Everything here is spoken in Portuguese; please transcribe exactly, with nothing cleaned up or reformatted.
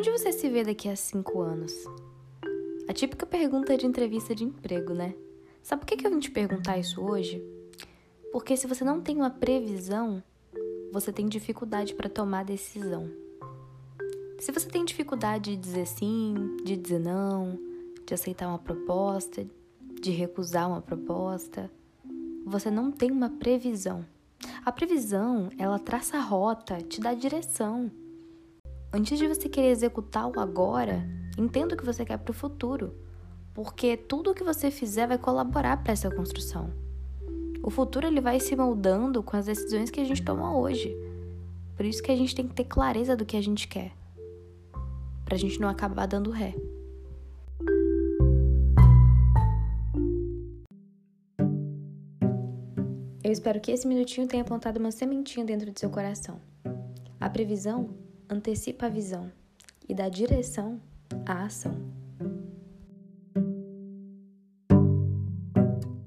Onde você se vê daqui a cinco anos? A típica pergunta de entrevista de emprego, né? Sabe por que eu vim te perguntar isso hoje? Porque se você não tem uma previsão, você tem dificuldade para tomar decisão. Se você tem dificuldade de dizer sim, de dizer não, de aceitar uma proposta, de recusar uma proposta, você não tem uma previsão. A previsão, ela traça a rota, te dá direção. Antes de você querer executar o agora, entenda o que você quer para o futuro, porque tudo o que você fizer vai colaborar para essa construção. O futuro ele vai se moldando com as decisões que a gente toma hoje. Por isso que a gente tem que ter clareza do que a gente quer, para a gente não acabar dando ré. Eu espero que esse minutinho tenha plantado uma sementinha dentro do seu coração. A previsão antecipa a visão e dá direção à ação.